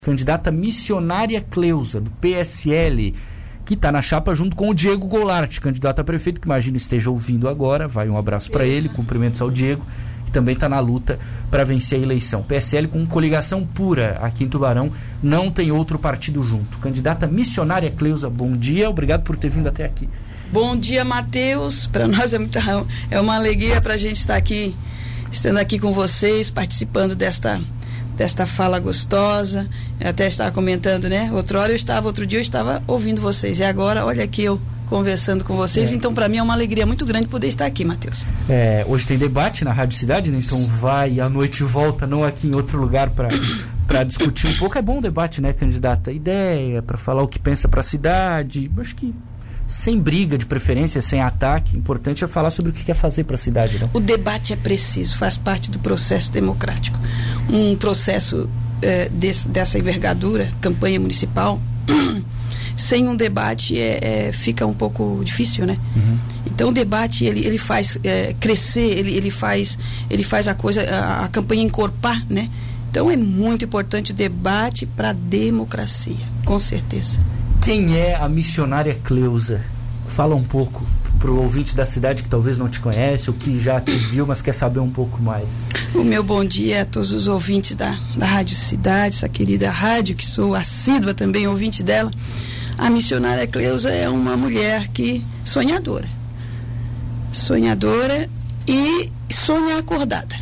Candidata Missionária Cleusa, do PSL, que está na chapa junto com o Diego Goulart, candidato a prefeito, que imagino esteja ouvindo agora. Vai um abraço para ele, cumprimentos ao Diego, que também está na luta para vencer a eleição. PSL com coligação pura aqui em Tubarão, não tem outro partido junto. Candidata Missionária Cleusa, bom dia, obrigado por ter vindo até aqui. Bom dia, Matheus. Para nós é uma alegria para a gente estar aqui, estando aqui com vocês, participando desta fala gostosa. Eu até estava comentando, né? Outro dia eu estava ouvindo vocês, e agora, olha aqui eu conversando com vocês. Então, para mim é uma alegria muito grande poder estar aqui, Matheus. Hoje tem debate na Rádio Cidade, né? Então vai à noite e volta, não aqui em outro lugar para discutir um pouco. É bom o debate, né, candidata? Ideia, para falar o que pensa para a cidade. Acho que sem briga, de preferência, sem ataque. O importante é falar sobre o que quer fazer para a cidade, né? O debate é preciso, faz parte do processo democrático. Um processo dessa envergadura, campanha municipal, sem um debate fica um pouco difícil, né? Uhum. Então o debate ele faz crescer, ele faz a campanha encorpar, né? Então é muito importante o debate para a democracia, com certeza. Quem é a Missionária Cleusa? Fala um pouco para o ouvinte da cidade que talvez não te conhece, ou que já te viu, mas quer saber um pouco mais. O meu bom dia a todos os ouvintes da Rádio Cidade, essa querida rádio, que sou assídua também, ouvinte dela. A Missionária Cleusa é uma mulher sonhadora e sonha acordada.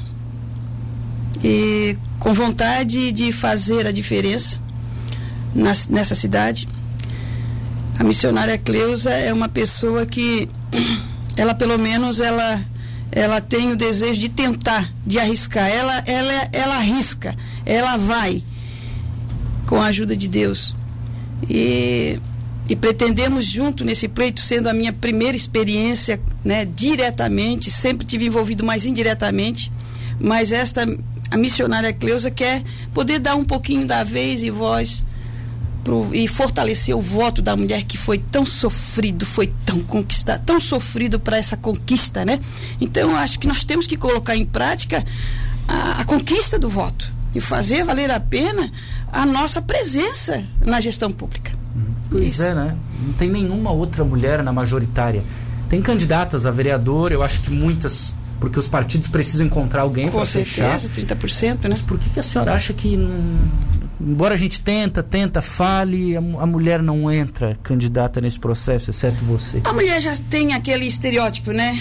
E com vontade de fazer a diferença nessa cidade. A Missionária Cleusa é uma pessoa que, ela pelo menos, ela tem o desejo de tentar, de arriscar. Ela arrisca, ela vai, com a ajuda de Deus. E pretendemos junto nesse pleito, sendo a minha primeira experiência, né, diretamente, sempre tive envolvido mais indiretamente, mas a Missionária Cleusa quer poder dar um pouquinho da vez e voz e fortalecer o voto da mulher que foi tão sofrido, foi tão conquistado, tão sofrido para essa conquista, né? Então eu acho que nós temos que colocar em prática a conquista do voto e fazer valer a pena a nossa presença na gestão pública. Pois isso. Né? Não tem nenhuma outra mulher na majoritária. Tem candidatas a vereador, eu acho que muitas, porque os partidos precisam encontrar alguém para fechar. Com certeza, 30%, né? Mas por que a senhora acha que embora a gente fale, a mulher não entra candidata nesse processo, exceto você? A mulher já tem aquele estereótipo, né?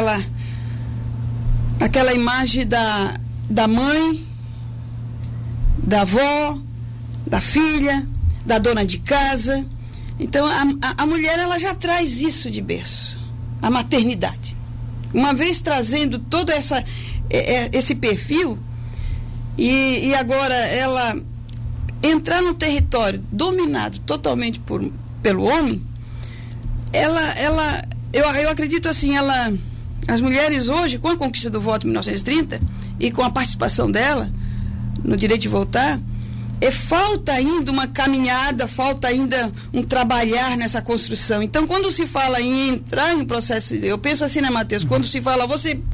Aquela imagem da mãe, da avó, da filha, da dona de casa. Então a mulher, ela já traz isso de berço, a maternidade. Uma vez trazendo todo esse perfil, e agora ela entrar no território dominado totalmente pelo homem, eu acredito assim, as mulheres hoje, com a conquista do voto em 1930 e com a participação dela no direito de votar, falta ainda uma caminhada, falta ainda um trabalhar nessa construção. Então, quando se fala em entrar em processo, eu penso assim, né, Matheus? Quando se fala,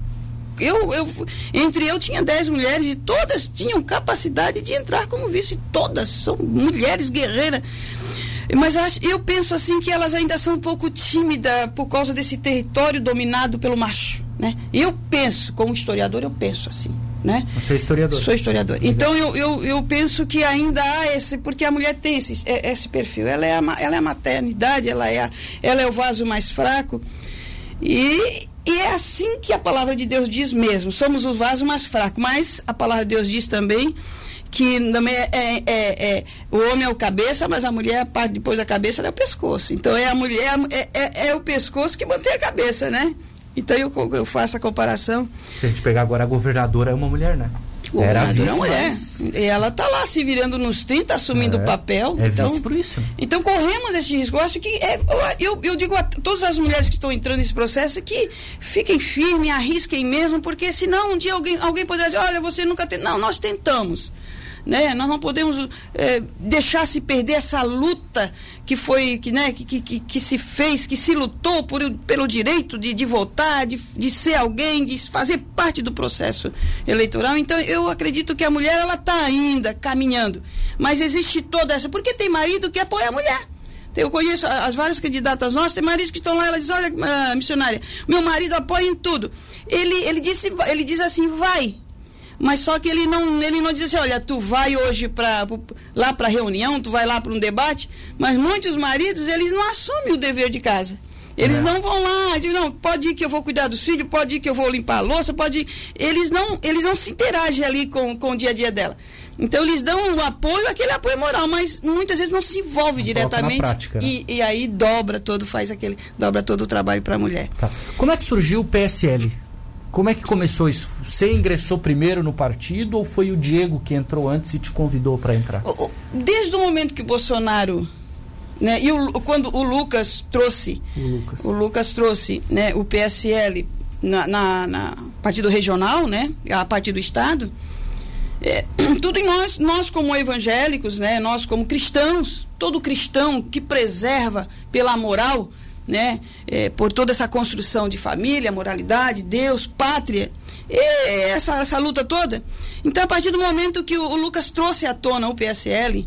eu tinha 10 mulheres e todas tinham capacidade de entrar como vice, todas são mulheres guerreiras, mas eu penso assim que elas ainda são um pouco tímidas por causa desse território dominado pelo macho, né? Eu penso, como historiador, eu penso assim, né? Você é historiador? Sou historiador. Então eu penso que ainda há porque a mulher tem esse perfil, ela é a maternidade, ela é o vaso mais fraco, e é assim que a palavra de Deus diz mesmo, somos o vaso mais fraco, mas a palavra de Deus diz também que também o homem é o cabeça, mas a mulher, a parte depois da cabeça, é o pescoço. Então a mulher é o pescoço que mantém a cabeça, né? Então eu faço a comparação. Se a gente pegar agora, a governadora é uma mulher, né? Era a mulher. E ela está lá se virando nos 30, assumindo o papel. Então, por isso. Então corremos esse risco. Eu acho que eu digo a todas as mulheres que estão entrando nesse processo que fiquem firmes, arrisquem mesmo, porque senão um dia alguém poderá dizer, olha, você nunca tentou. Não, nós tentamos. né? Nós não podemos deixar se perder essa luta que foi, que se fez, que se lutou pelo direito de votar, de ser alguém, de fazer parte do processo eleitoral. Então, eu acredito que a mulher, ela está ainda caminhando, mas existe toda essa, porque tem marido que apoia a mulher. Eu conheço as várias candidatas nossas, tem maridos que estão lá, elas dizem, olha, missionária, meu marido apoia em tudo. Ele diz assim, vai. Mas só que ele não diz assim, olha, tu vai hoje lá para reunião, tu vai lá para um debate, mas muitos maridos, eles não assumem o dever de casa. Eles não vão lá, dizem, não, pode ir que eu vou cuidar dos filhos, pode ir que eu vou limpar a louça, pode ir. Eles não se interagem ali com o dia a dia dela. Então eles dão o apoio, aquele apoio moral, mas muitas vezes não se envolve diretamente prática, né? e aí dobra todo o trabalho para a mulher. Tá. Como é que surgiu o PSL? Como é que começou isso? Você ingressou primeiro no partido ou foi o Diego que entrou antes e te convidou para entrar? Desde o momento que o Bolsonaro, né, quando o Lucas trouxe né, o PSL na partido regional, né, a partir do estado, tudo em nós como evangélicos, né, nós como cristãos, todo cristão que preserva pela moral, né, por toda essa construção de família, moralidade, Deus, pátria, essa luta toda. Então, a partir do momento que o Lucas trouxe à tona o PSL,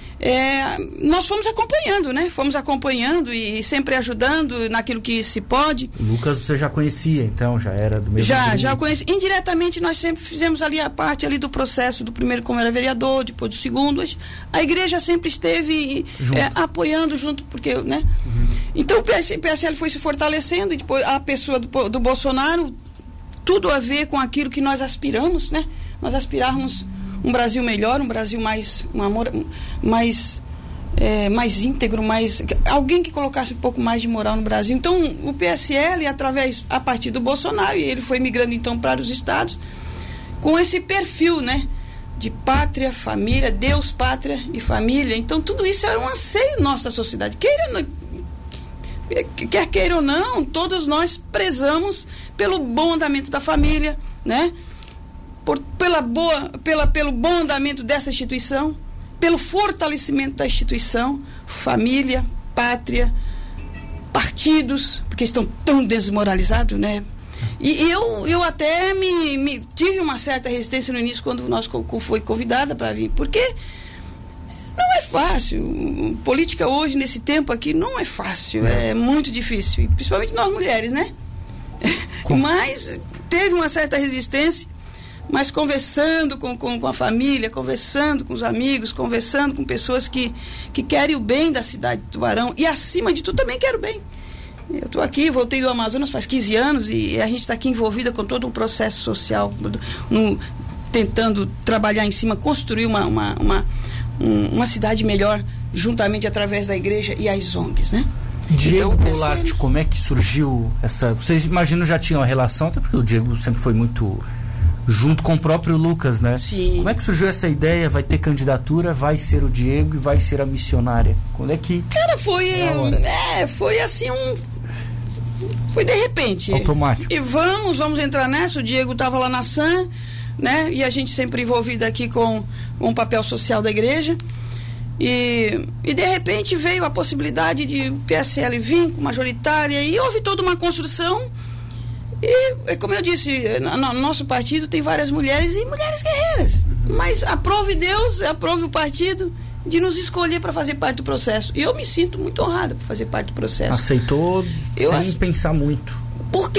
nós fomos acompanhando, né? Fomos acompanhando e sempre ajudando naquilo que se pode. O Lucas você já conhecia, então? Já era do mesmo grupo? Já conheci. Indiretamente, nós sempre fizemos ali a parte ali do processo do primeiro, como era vereador, depois do segundo. A igreja sempre esteve apoiando junto, porque, né? Uhum. Então, o PSL foi se fortalecendo e depois a pessoa do Bolsonaro, tudo a ver com aquilo que nós aspiramos, né? Nós aspirarmos um Brasil melhor, um Brasil mais íntegro, alguém que colocasse um pouco mais de moral no Brasil. Então, o PSL, a partir do Bolsonaro, e ele foi migrando então para os estados, com esse perfil, né, de pátria, família, Deus, pátria e família. Então, tudo isso é um anseio nosso da sociedade. Quer queira ou não, todos nós prezamos pelo bom andamento da família, né? Pelo bom andamento dessa instituição, pelo fortalecimento da instituição, família, pátria, partidos, porque estão tão desmoralizados, né? E eu até tive uma certa resistência no início quando nós fui convidada para vir, porque não é fácil. Política hoje, nesse tempo aqui, não é fácil, é muito difícil, principalmente nós mulheres, né? Mas teve uma certa resistência. Mas conversando com a família, conversando com os amigos, conversando com pessoas que querem o bem da cidade de Tubarão e, acima de tudo, também quero o bem. Eu estou aqui, voltei do Amazonas faz 15 anos e a gente está aqui envolvida com todo um processo social, tentando trabalhar em cima, construir uma cidade melhor, juntamente através da igreja e as ONGs, né? Diego Goulart, como é que surgiu essa... Vocês imaginam já tinham uma relação, até porque o Diego sempre foi muito... junto com o próprio Lucas, né? Sim. Como é que surgiu essa ideia? Vai ter candidatura, vai ser o Diego e vai ser a missionária. Quando é que... Cara, foi assim foi de repente. Automático. E vamos entrar nessa. O Diego estava lá na SAM, né? E a gente sempre envolvido aqui com o papel social da igreja. E de repente veio a possibilidade de o PSL vir com majoritária e houve toda uma construção. E, como eu disse, no nosso partido tem várias mulheres e mulheres guerreiras. Mas aprove Deus, aprove o partido de nos escolher para fazer parte do processo. E eu me sinto muito honrada por fazer parte do processo. Aceitou sem pensar muito. Porque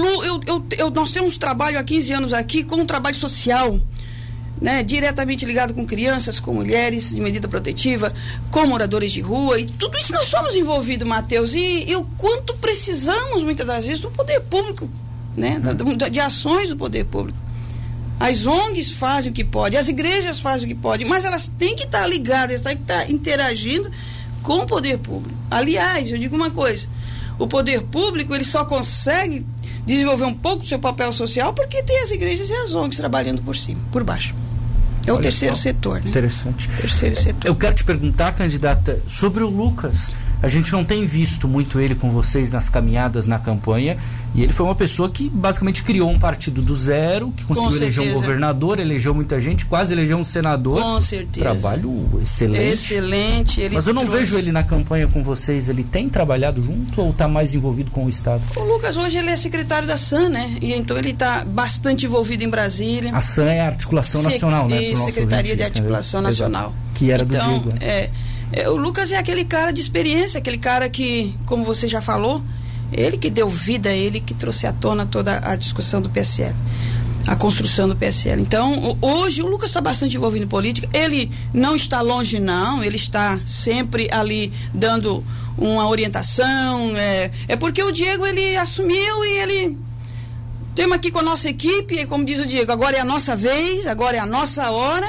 nós temos trabalho há 15 anos aqui com um trabalho social, né, diretamente ligado com crianças, com mulheres de medida protetiva, com moradores de rua, e tudo isso nós somos envolvidos, Matheus, e o quanto precisamos muitas das vezes do poder público, né, de ações do poder público. As ONGs fazem o que podem, as igrejas fazem o que podem, mas elas têm que estar ligadas, têm que estar interagindo com o poder público. Aliás, eu digo uma coisa, o poder público ele só consegue desenvolver um pouco do seu papel social porque tem as igrejas e as ONGs trabalhando por cima, por baixo. É o terceiro setor, né? Interessante. Terceiro setor. Eu quero te perguntar, candidata, sobre o Lucas. A gente não tem visto muito ele com vocês nas caminhadas, na campanha, e ele foi uma pessoa que basicamente criou um partido do zero, que conseguiu eleger um governador, elegeu muita gente, quase elegeu um senador. Com certeza. Trabalho excelente. Excelente. Mas eu não vejo ele na campanha com vocês. Ele tem trabalhado junto ou está mais envolvido com o Estado? O Lucas hoje ele é secretário da SAN, né? E então ele está bastante envolvido em Brasília. A SAN é a Articulação Nacional, né? E Secretaria de Articulação Nacional. Exato. Que era então, do Diego. O Lucas é aquele cara de experiência, aquele cara que, como você já falou, ele que deu vida, ele que trouxe à tona toda a discussão do PSL, a construção do PSL. Então, hoje o Lucas está bastante envolvido em política. Ele não está longe, não. Ele está sempre ali dando uma orientação. É porque o Diego, ele assumiu e ele... Temos aqui com a nossa equipe, como diz o Diego, agora é a nossa vez, agora é a nossa hora.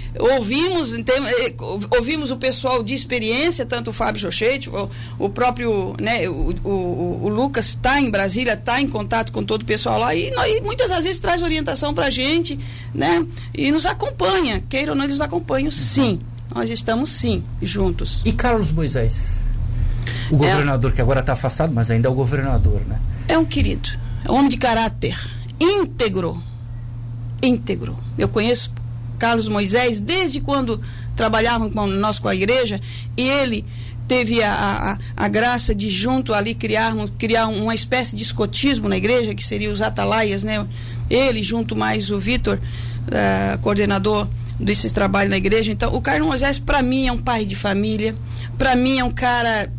Ouvimos o pessoal de experiência, tanto o Fábio Jochete, o próprio, né, o Lucas está em Brasília, está em contato com todo o pessoal lá e muitas das vezes traz orientação para a gente, né, e nos acompanha, queira ou não, eles nos acompanham, sim, nós estamos sim, juntos. E Carlos Moisés? O governador que agora está afastado, mas ainda é o governador, né? É um querido, é um homem de caráter, íntegro. Eu conheço Carlos Moisés, desde quando trabalhavam com a igreja, e ele teve a graça de junto ali criar uma espécie de escotismo na igreja, que seria os atalaias, né? Ele junto mais o Vitor, coordenador desses trabalhos na igreja. Então, o Carlos Moisés, para mim, é um pai de família, para mim é um cara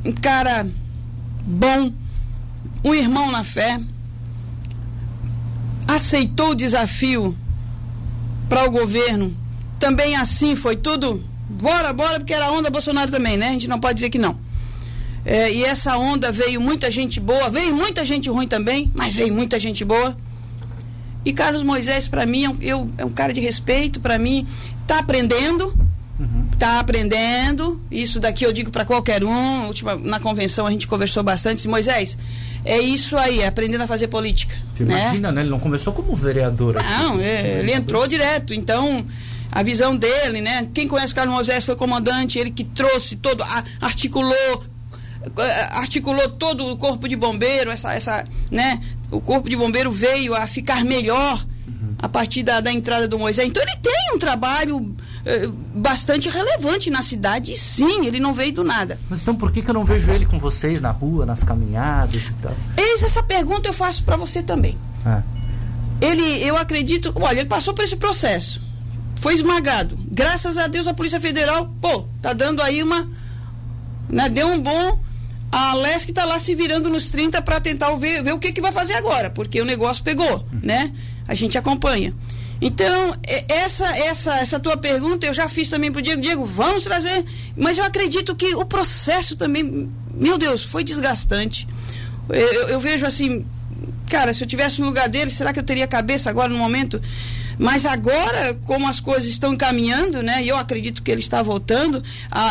bom, um irmão na fé, aceitou o desafio para o governo, também assim foi tudo, bora, porque era a onda Bolsonaro também, né? A gente não pode dizer que não. E essa onda veio muita gente boa, veio muita gente ruim também, mas veio muita gente boa. E Carlos Moisés, para mim, é um cara de respeito, para mim, tá aprendendo, isso daqui eu digo para qualquer um. Na convenção a gente conversou bastante, disse, Moisés, é isso aí, aprendendo a fazer política. Você imagina, né? Ele não começou como vereador aqui. Não, ele entrou direto, então a visão dele, né? Quem conhece o Carlos Moisés foi comandante, ele que trouxe todo, articulou todo o corpo de bombeiro, né? O corpo de bombeiro veio a ficar melhor a partir da entrada do Moisés. Então ele tem um trabalho bastante relevante na cidade, e sim, ele não veio do nada. Mas então por que eu não vejo ele com vocês na rua, nas caminhadas e tal? Eis essa pergunta eu faço para você também. Eu acredito, olha, ele passou por esse processo, foi esmagado, graças a Deus a Polícia Federal, tá dando aí né, deu um bom, a Lesc tá lá se virando nos 30 para tentar ver o que vai fazer agora, porque o negócio pegou, né? A gente acompanha. Então, essa tua pergunta eu já fiz também pro Diego, vamos trazer, mas eu acredito que o processo também, meu Deus, foi desgastante. Eu vejo assim, cara, se eu tivesse no lugar dele, será que eu teria cabeça agora no momento? Mas agora, como as coisas estão encaminhando, né? E eu acredito que ele está voltando.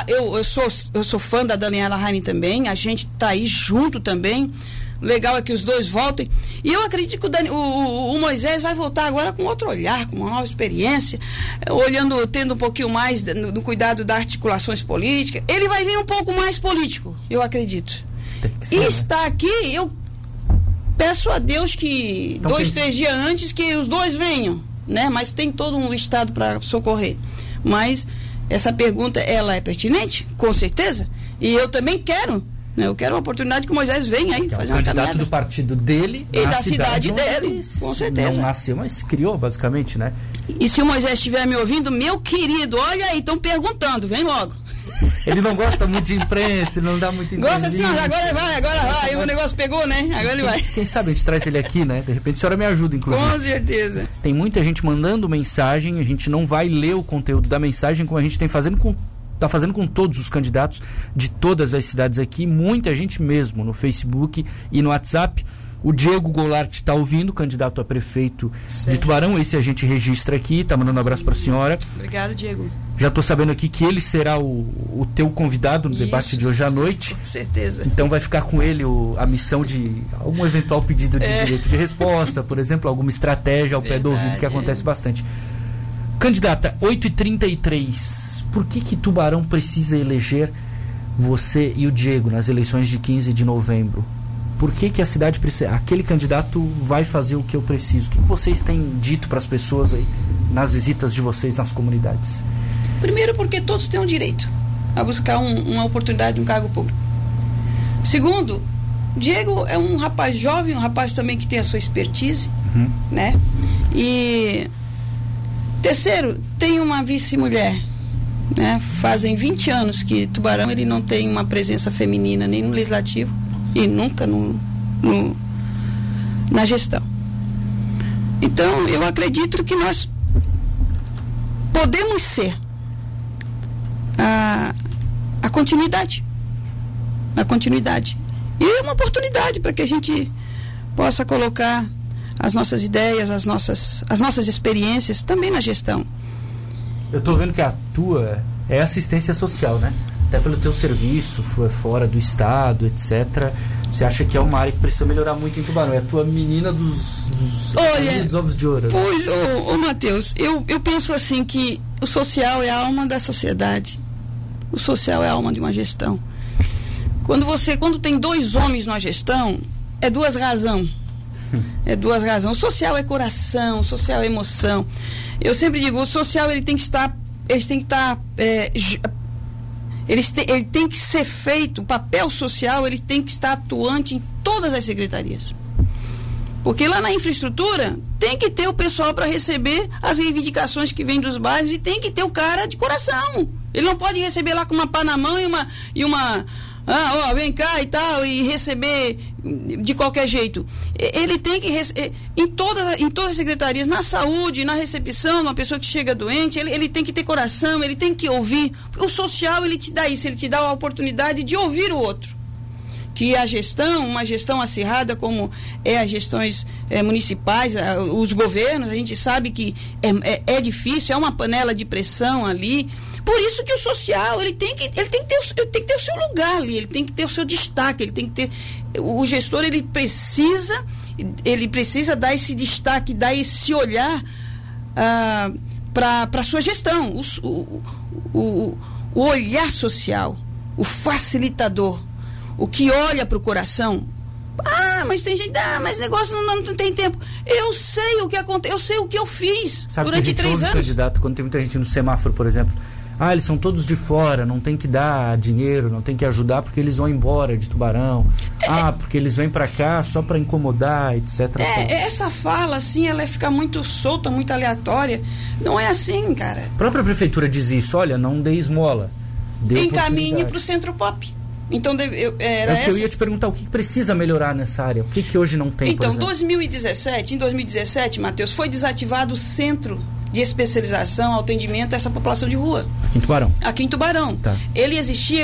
Eu sou fã da Daniela Heine também, a gente tá aí junto também. Legal é que os dois voltem. E eu acredito que o Moisés vai voltar agora com outro olhar, com uma nova experiência, tendo um pouquinho mais do cuidado das articulações políticas. Ele vai vir um pouco mais político, eu acredito. Está aqui, eu peço a Deus que 2-3 dias antes que os dois venham, né? Mas tem todo um estado para socorrer. Mas essa pergunta, ela é pertinente, com certeza. E eu também quero. Eu quero uma oportunidade que o Moisés venha aí fazer uma caminhada. Candidato do partido dele e da cidade dele, com certeza. Não nasceu, mas criou, basicamente, né? E se o Moisés estiver me ouvindo, meu querido, olha aí, estão perguntando, vem logo. Ele não gosta muito de imprensa, ele não dá muito entrevista. Gosta assim, não, agora vai, o negócio pegou, né? Agora ele vai. Quem sabe a gente traz ele aqui, né? De repente a senhora me ajuda, inclusive. Com certeza. Tem muita gente mandando mensagem, a gente não vai ler o conteúdo da mensagem como a gente está fazendo com todos os candidatos de todas as cidades aqui, muita gente mesmo no Facebook e no WhatsApp. O Diego Goulart está ouvindo, candidato a prefeito de Tubarão, esse a gente registra aqui, tá mandando um abraço para a senhora. Obrigado, Diego. Já estou sabendo aqui que ele será o teu convidado no debate de hoje à noite. Com certeza. Então vai ficar com ele a missão de algum eventual pedido de direito de resposta, por exemplo, alguma estratégia ao pé do ouvido, que acontece bastante. Candidata, 8h33, por que Tubarão precisa eleger você e o Diego nas eleições de 15 de novembro, por que a cidade precisa, aquele candidato vai fazer o que eu preciso? O que vocês têm dito para as pessoas aí nas visitas de vocês nas comunidades? Primeiro, porque todos têm o direito a buscar uma oportunidade de um cargo público. Segundo, Diego é um rapaz jovem, um rapaz também que tem a sua expertise, né? E terceiro, tem uma vice-mulher, né? Fazem 20 anos que Tubarão ele não tem uma presença feminina nem no legislativo e nunca na gestão. Então, eu acredito que nós podemos ser a continuidade. E é uma oportunidade para que a gente possa colocar as nossas ideias, as nossas experiências também na gestão. Eu estou vendo que a tua é assistência social, né? Até pelo teu serviço, fora do estado, etc. Você acha que é uma área que precisa melhorar muito em Tubarão? É a tua menina dos ovos de ouro. Pois, Matheus, eu penso assim que o social é a alma da sociedade. O social é a alma de uma gestão. Quando tem dois homens numa gestão, é duas razões. O social é coração, o social é emoção. Eu sempre digo, o social ele tem que ser feito, o papel social ele tem que estar atuante em todas as secretarias. Porque lá na infraestrutura tem que ter o pessoal para receber as reivindicações que vêm dos bairros e tem que ter o cara de coração. Ele não pode receber lá com uma pá na mão e uma vem cá e tal, e receber de qualquer jeito. Ele tem que em todas as secretarias, na saúde, na recepção, uma pessoa que chega doente, ele tem que ter coração, ele tem que ouvir. O social, ele te dá isso, ele te dá a oportunidade de ouvir o outro. Que a gestão, uma gestão acirrada como as gestões municipais, os governos, a gente sabe que é difícil, é uma panela de pressão ali. Por isso que o social, ele tem que ter o seu lugar ali, ele tem que ter o seu destaque, ele tem que ter... O gestor, ele precisa dar esse destaque, dar esse olhar para a sua gestão, o olhar social, o facilitador, o que olha para o coração. Mas tem gente, mas negócio não tem tempo. Eu sei o que aconteceu, eu sei o que eu fiz. Sabe, durante 3 anos. Candidato, quando tem muita gente no semáforo, por exemplo, eles são todos de fora, não tem que dar dinheiro, não tem que ajudar porque eles vão embora de Tubarão. Porque eles vêm para cá só para incomodar, etc. Essa fala, assim, ela fica muito solta, muito aleatória. Não é assim, cara. A própria prefeitura diz isso, olha, não dê esmola. Encaminhe para o Centro Pop. Então, eu ia te perguntar, o que precisa melhorar nessa área? O que hoje não tem, então, em 2017, Matheus, foi desativado o Centro de Especialização ao Atendimento a essa população de rua. Aqui em Tubarão? Tá. Ele existia,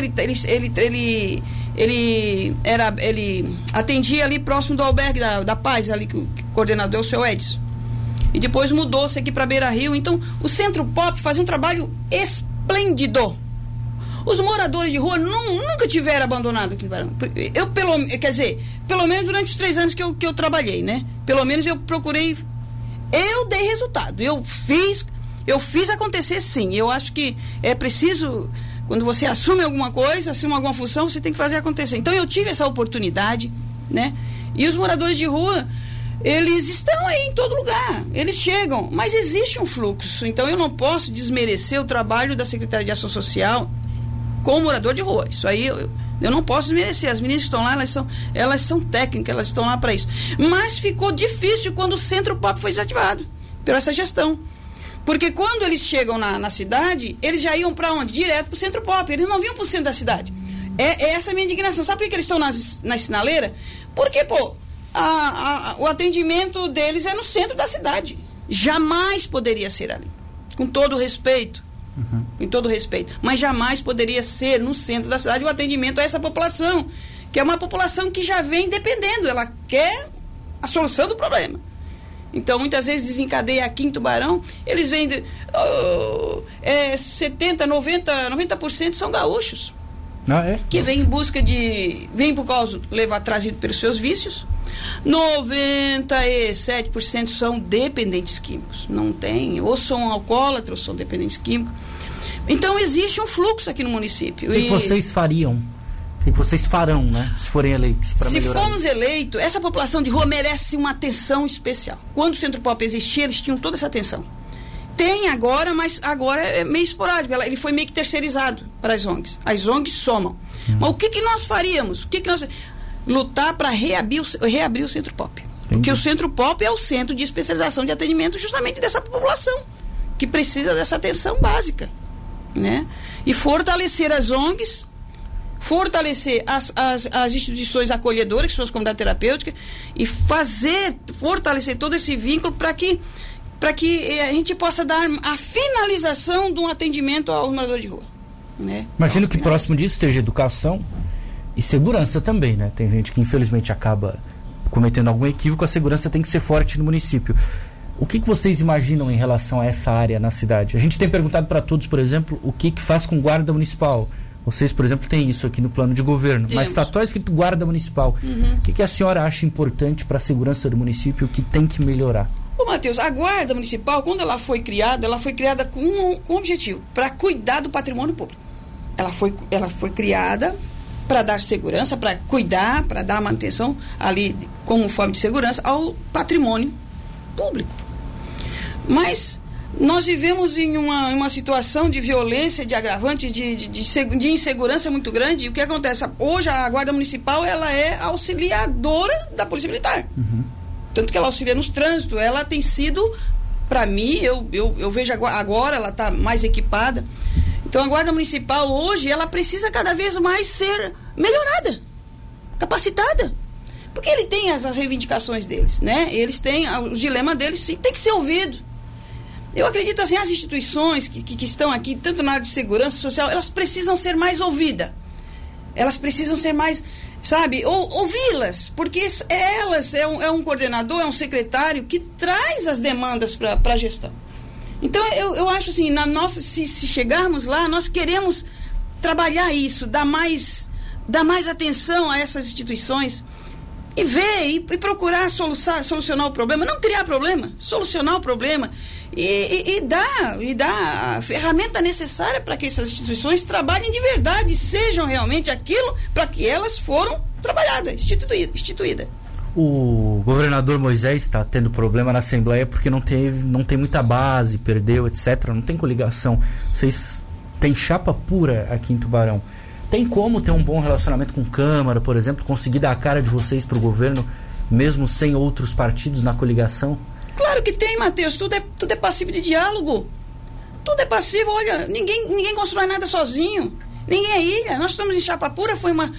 ele atendia ali próximo do albergue da Paz, ali que o coordenador é o seu Edson. E depois mudou-se aqui para Beira Rio. Então, o Centro Pop fazia um trabalho esplêndido. Os moradores de rua nunca tiveram abandonado aqui em Tubarão. Pelo menos durante os 3 anos que eu trabalhei, né? Pelo menos eu procurei, eu dei resultado. Eu fiz acontecer, sim. Eu acho que é preciso, quando você assume alguma coisa, assume alguma função, você tem que fazer acontecer. Então eu tive essa oportunidade, né? E os moradores de rua, eles estão aí em todo lugar, eles chegam, mas existe um fluxo. Então eu não posso desmerecer o trabalho da Secretaria de Ação Social com o morador de rua. Isso aí eu não posso desmerecer. As meninas que estão lá, elas são técnicas, elas estão lá para isso. Mas ficou difícil quando o Centro Pop foi desativado por essa gestão. Porque quando eles chegam na cidade, eles já iam para onde? Direto para o Centro Pop. Eles não vinham para o centro da cidade. É essa a minha indignação. Sabe por que eles estão na sinaleiras? Porque, o atendimento deles é no centro da cidade. Jamais poderia ser ali. Com todo o respeito. Em todo respeito, mas jamais poderia ser no centro da cidade o atendimento a essa população, que é uma população que já vem dependendo, ela quer a solução do problema. Então, muitas vezes desencadeia aqui em Tubarão, eles vêm 70, 90% são gaúchos. Que vêm em busca vêm por causa, trazido pelos seus vícios. 97% são dependentes químicos. Não tem, ou são alcoólatras ou são dependentes químicos. Então existe um fluxo aqui no município. O que vocês fariam? O que vocês farão, né? Se forem eleitos para melhorar? Se formos eleitos, essa população de rua merece uma atenção especial. Quando o Centro Pop existia, eles tinham toda essa atenção. Tem agora, mas agora é meio esporádico. Ele foi meio que terceirizado para as ONGs. As ONGs somam. Mas o que nós faríamos? Lutar para reabrir o Centro Pop. Porque o Centro Pop é o centro de especialização de atendimento justamente dessa população, que precisa dessa atenção básica, né? E fortalecer as ONGs, fortalecer as instituições acolhedoras, que são as comunidades terapêuticas, e fortalecer todo esse vínculo para que a gente possa dar a finalização de um atendimento ao morador de rua, né? Imagino que próximo disso esteja educação e segurança também, né? Tem gente que infelizmente acaba cometendo algum equívoco, a segurança tem que ser forte no município. O que vocês imaginam em relação a essa área na cidade? A gente tem perguntado para todos, por exemplo, o que faz com guarda municipal. Vocês, por exemplo, têm isso aqui no plano de governo, mas está só escrito guarda municipal. O que a senhora acha importante para a segurança do município, o que tem que melhorar? Ô Matheus, a guarda municipal, quando ela foi criada com um objetivo, para cuidar do patrimônio público. Ela foi criada para dar segurança, para cuidar, para dar manutenção ali como forma de segurança ao patrimônio público. Mas nós vivemos em uma situação de violência, de agravantes, de insegurança muito grande. E o que acontece? Hoje a Guarda Municipal ela é auxiliadora da Polícia Militar. Tanto que ela auxilia nos trânsitos. Ela tem sido, para mim, eu vejo agora ela está mais equipada. Então a Guarda Municipal hoje, ela precisa cada vez mais ser melhorada, capacitada. Porque ele tem as reivindicações deles, né? Eles têm, os dilemas deles, sim, tem que ser ouvido. Eu acredito assim, as instituições que estão aqui, tanto na área de segurança social, elas precisam ser mais ouvidas. Elas precisam ser mais, sabe, ouvi-las, porque elas, é um coordenador, é um secretário que traz as demandas para a gestão. Então, eu acho assim, se chegarmos lá, nós queremos trabalhar isso, dar mais atenção a essas instituições e ver e procurar solucionar o problema, não criar problema, solucionar o problema e dar a ferramenta necessária para que essas instituições trabalhem de verdade, sejam realmente aquilo para que elas foram trabalhadas, instituídas. O governador Moisés está tendo problema na Assembleia porque não tem muita base, perdeu, etc. Não tem coligação. Vocês têm chapa pura aqui em Tubarão. Tem como ter um bom relacionamento com Câmara, por exemplo, conseguir dar a cara de vocês para o governo, mesmo sem outros partidos na coligação? Claro que tem, Matheus. Tudo é passivo de diálogo. Tudo é passivo. Olha, ninguém constrói nada sozinho. Ninguém é ilha. Nós estamos em chapa pura.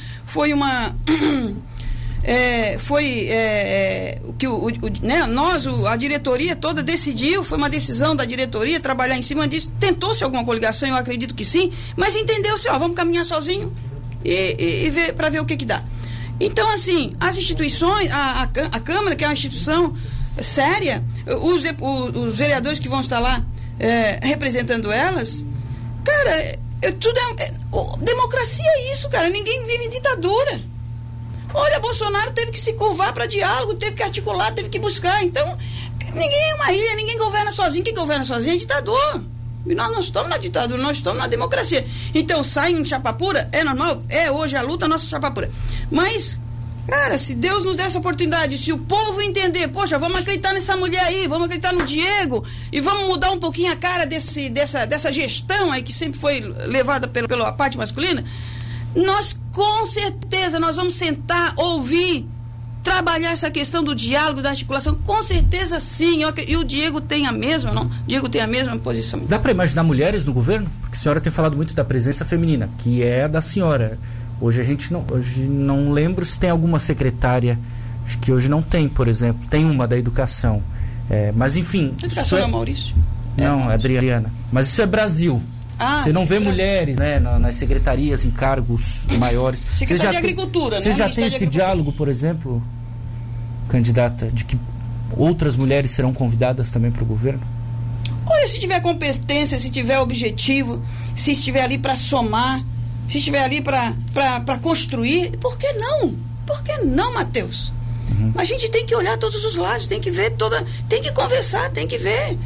A diretoria toda decidiu, foi uma decisão da diretoria trabalhar em cima disso. Tentou-se alguma coligação, eu acredito que sim, mas entendeu-se, vamos caminhar sozinho e ver, para ver o que dá. Então, assim, as instituições, a Câmara, que é uma instituição séria, os vereadores que vão estar lá representando elas, cara, democracia é isso, cara, ninguém vive em ditadura. Olha, Bolsonaro teve que se curvar para diálogo, teve que articular, teve que buscar. Então, ninguém é uma ilha, ninguém governa sozinho. Quem governa sozinho é ditador. E nós não estamos na ditadura, nós estamos na democracia. Então, saem em chapa pura, é normal, hoje a luta, a nossa chapa pura. Mas, cara, se Deus nos der essa oportunidade, se o povo entender, poxa, vamos acreditar nessa mulher aí, vamos acreditar no Diego, e vamos mudar um pouquinho a cara dessa gestão aí, que sempre foi levada pela parte masculina, nós, com certeza, nós vamos sentar, ouvir, trabalhar essa questão do diálogo, da articulação, com certeza sim, e o Diego tem a mesma, não? Diego tem a mesma posição. Dá para imaginar mulheres no governo? Porque a senhora tem falado muito da presença feminina, que é da senhora. Hoje não lembro se tem alguma secretária, acho que hoje não tem, por exemplo, tem uma da educação. Mas enfim... A educação é o Maurício? Não, Adriana. Mas isso é Brasil. Você não vê mulheres, né, nas secretarias, em cargos maiores. Secretaria de Agricultura, né? Você já tem esse diálogo, por exemplo, candidata, de que outras mulheres serão convidadas também para o governo? Olha, se tiver competência, se tiver objetivo, se estiver ali para somar, se estiver ali para construir, por que não? Por que não, Matheus? Mas a gente tem que olhar todos os lados, tem que ver tem que conversar, tem que ver.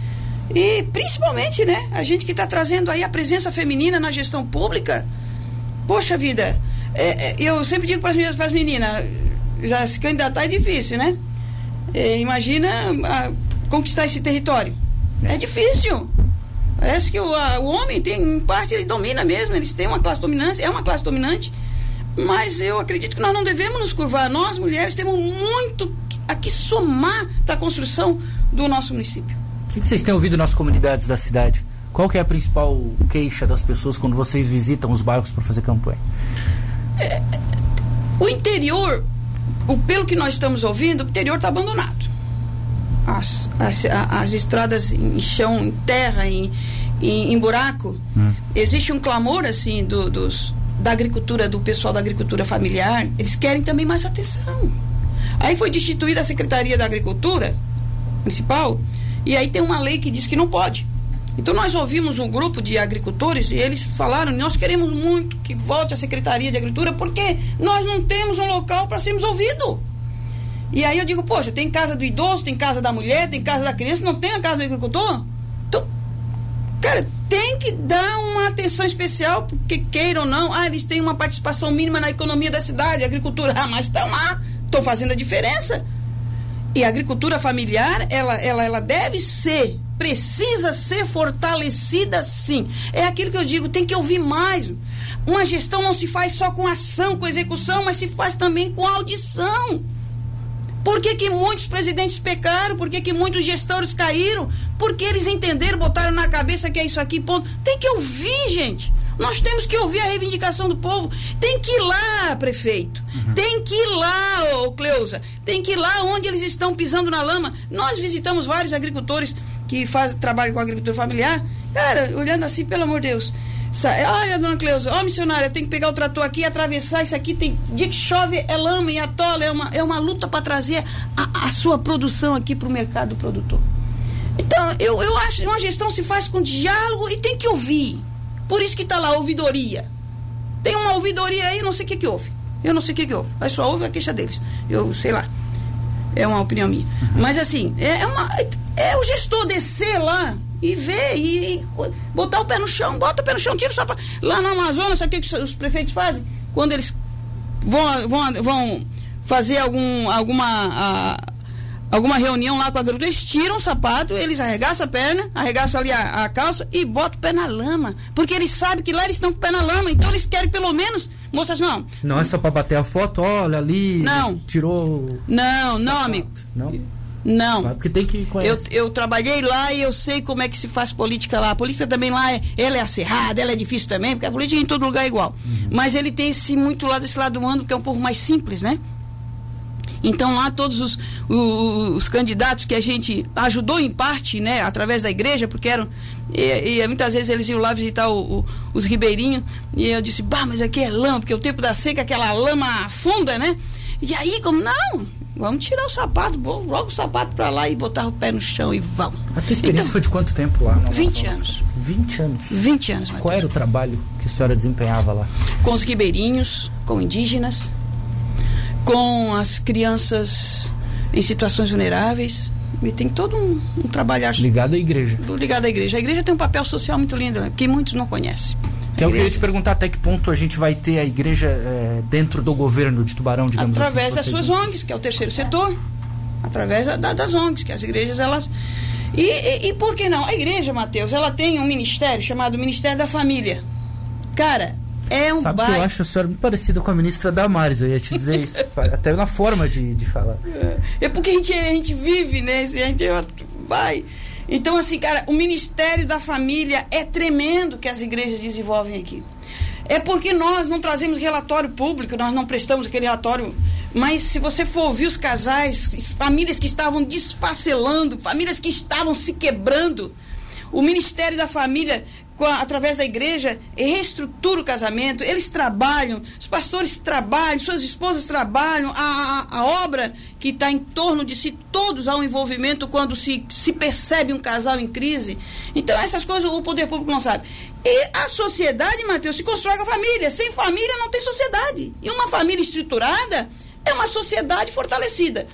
E principalmente, né, a gente que está trazendo aí a presença feminina na gestão pública. Poxa vida, eu sempre digo para as meninas, já se candidatar é difícil, né? Imagina conquistar esse território. É difícil. Parece que o homem tem, em parte, ele domina mesmo, eles têm uma classe dominante, é uma classe dominante, mas eu acredito que nós não devemos nos curvar. Nós, mulheres, temos muito a que somar para a construção do nosso município. O que vocês têm ouvido nas comunidades da cidade? Qual que é a principal queixa das pessoas quando vocês visitam os bairros para fazer campanha? O interior, pelo que nós estamos ouvindo, o interior está abandonado. As estradas em chão, em terra, em buraco. Existe um clamor assim da agricultura, do pessoal da agricultura familiar. Eles querem também mais atenção. Aí foi destituída a Secretaria da Agricultura Municipal, e aí tem uma lei que diz que não pode. Então nós ouvimos um grupo de agricultores e eles falaram: nós queremos muito que volte a Secretaria de Agricultura porque nós não temos um local para sermos ouvidos. E aí eu digo, poxa, tem casa do idoso, tem casa da mulher, tem casa da criança, não tem a casa do agricultor? Então, cara, tem que dar uma atenção especial, porque queiram ou não, eles têm uma participação mínima na economia da cidade, a agricultura, mas estão lá, estão fazendo a diferença. E a agricultura familiar, ela deve ser, precisa ser fortalecida sim. É aquilo que eu digo, tem que ouvir mais. Uma gestão não se faz só com ação, com execução, mas se faz também com audição. Por que muitos presidentes pecaram? Por que muitos gestores caíram? Porque eles entenderam, botaram na cabeça que é isso aqui, ponto. Tem que ouvir, gente. Nós temos que ouvir a reivindicação do povo. Tem que ir lá, prefeito. Tem que ir lá, Cleusa. Tem que ir lá onde eles estão pisando na lama. Nós visitamos vários agricultores que trabalham com agricultura familiar. Cara, olhando assim, pelo amor de Deus. Olha, dona Cleusa, missionária, tem que pegar o trator aqui e atravessar isso aqui. Tem dia que chove, é lama e atola. É uma luta para trazer a sua produção aqui para o mercado produtor. Então, eu acho que uma gestão se faz com diálogo e tem que ouvir. Por isso que está lá a ouvidoria. Tem uma ouvidoria aí, eu não sei o que houve. Aí só ouve a queixa deles. Eu sei lá. É uma opinião minha. Mas assim, é o gestor descer lá e ver, e botar o pé no chão, bota o pé no chão, tira o sapato. Lá no Amazonas, sabe o que os prefeitos fazem? Quando eles vão fazer alguma reunião lá com a agricultura, eles tiram o sapato, eles arregaçam a perna, arregaçam ali a calça e botam o pé na lama, porque eles sabem que lá eles estão com o pé na lama, então eles querem pelo menos mostrar assim, não é só para bater a foto, olha ali, tirou não, amigo, não, porque tem que conhecer. Eu trabalhei lá e eu sei como é que se faz política lá. A política também lá ela é acirrada, ela é difícil também, porque a política em todo lugar é igual. Mas ele tem muito lá desse lado do mundo, que é um povo mais simples, né? Então lá todos os candidatos que a gente ajudou em parte, né, através da igreja, porque eram e muitas vezes eles iam lá visitar os ribeirinhos, e eu disse, mas aqui é lama, porque o tempo da seca aquela lama afunda, né? E aí, vamos tirar o sapato, joga o sapato pra lá e botar o pé no chão e vão. A tua experiência foi de quanto tempo lá? 20 anos. 20 anos? 20 anos. Qual era o trabalho que a senhora desempenhava lá? Com os ribeirinhos, com indígenas, com as crianças em situações vulneráveis, e tem todo um trabalho ligado à igreja. Ligado à igreja. A igreja tem um papel social muito lindo, né? Que muitos não conhecem. Que eu queria te perguntar até que ponto a gente vai ter a igreja dentro do governo de Tubarão, digamos assim. Através das suas ONGs, que é o terceiro setor. Através das ONGs, que as igrejas, elas... E por que não? A igreja, Mateus, ela tem um ministério chamado Ministério da Família. Cara, é um Sabe que eu acho a senhora muito parecida com a ministra Damares, eu ia te dizer isso. Até na forma de falar. É porque a gente vive, né? A gente vai... Então, assim, cara, o Ministério da Família é tremendo que as igrejas desenvolvem aqui. É porque nós não trazemos relatório público, nós não prestamos aquele relatório, mas se você for ouvir os casais, famílias que estavam desfacelando, famílias que estavam se quebrando, o Ministério da Família, através da igreja, reestrutura o casamento, eles trabalham, os pastores trabalham, suas esposas trabalham, a obra que está em torno de si, todos há um envolvimento quando se percebe um casal em crise. Então essas coisas o poder público não sabe. E a sociedade, Mateus, se constrói com a família. Sem família não tem sociedade. E uma família estruturada é uma sociedade fortalecida.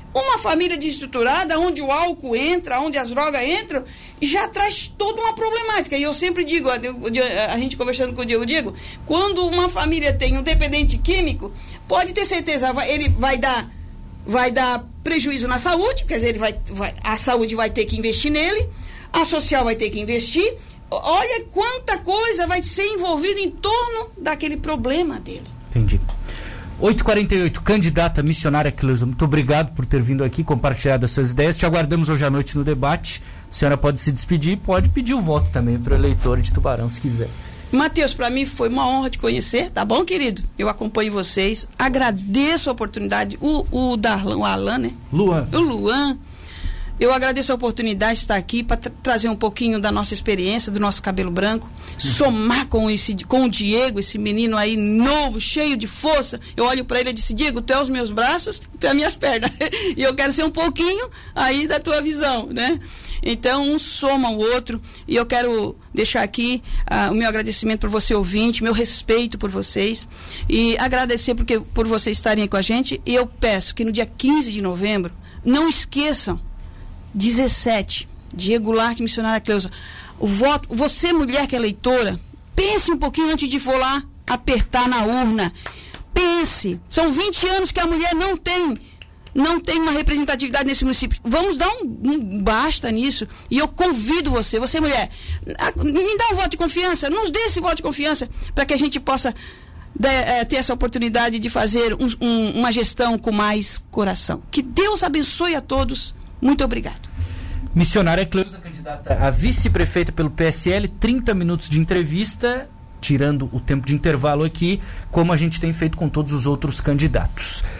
Uma família desestruturada, onde o álcool entra, onde as drogas entram, já traz toda uma problemática. E eu sempre digo, a gente conversando com o Diego, quando uma família tem um dependente químico, pode ter certeza, ele vai dar prejuízo na saúde, quer dizer, a saúde vai ter que investir nele, a social vai ter que investir. Olha quanta coisa vai ser envolvida em torno daquele problema dele. Entendi. 8h48, candidata missionária Cleusa, muito obrigado por ter vindo aqui, compartilhado as suas ideias. Te aguardamos hoje à noite no debate. A senhora pode se despedir, pode pedir o voto também para o eleitor de Tubarão, se quiser. Matheus, para mim foi uma honra te conhecer, tá bom, querido? Eu acompanho vocês, agradeço a oportunidade, o Darlan, o Alan, né? Luan. O Luan. Eu agradeço a oportunidade de estar aqui para trazer um pouquinho da nossa experiência, do nosso cabelo branco, somar com o Diego, esse menino aí novo, cheio de força. Eu olho para ele e disse: Diego, tu é os meus braços, tu é as minhas pernas. E eu quero ser um pouquinho aí da tua visão, né? Então, um soma o outro. E eu quero deixar aqui o meu agradecimento por você ouvinte, meu respeito por vocês. E agradecer por vocês estarem aí com a gente. E eu peço que no dia 15 de novembro, não esqueçam, 17, Diego Goulart, missionária Cleusa. O voto, você mulher que é eleitora, pense um pouquinho antes de for lá apertar na urna. Pense, são 20 anos que a mulher não tem uma representatividade nesse município. Vamos dar um basta nisso. E eu convido você mulher, me dá um voto de confiança, nos dê esse voto de confiança para que a gente possa ter essa oportunidade de fazer uma gestão com mais coração. Que Deus abençoe a todos. Muito obrigado. Missionária Cleusa, candidata a vice-prefeita pelo PSL, 30 minutos de entrevista, tirando o tempo de intervalo aqui, como a gente tem feito com todos os outros candidatos.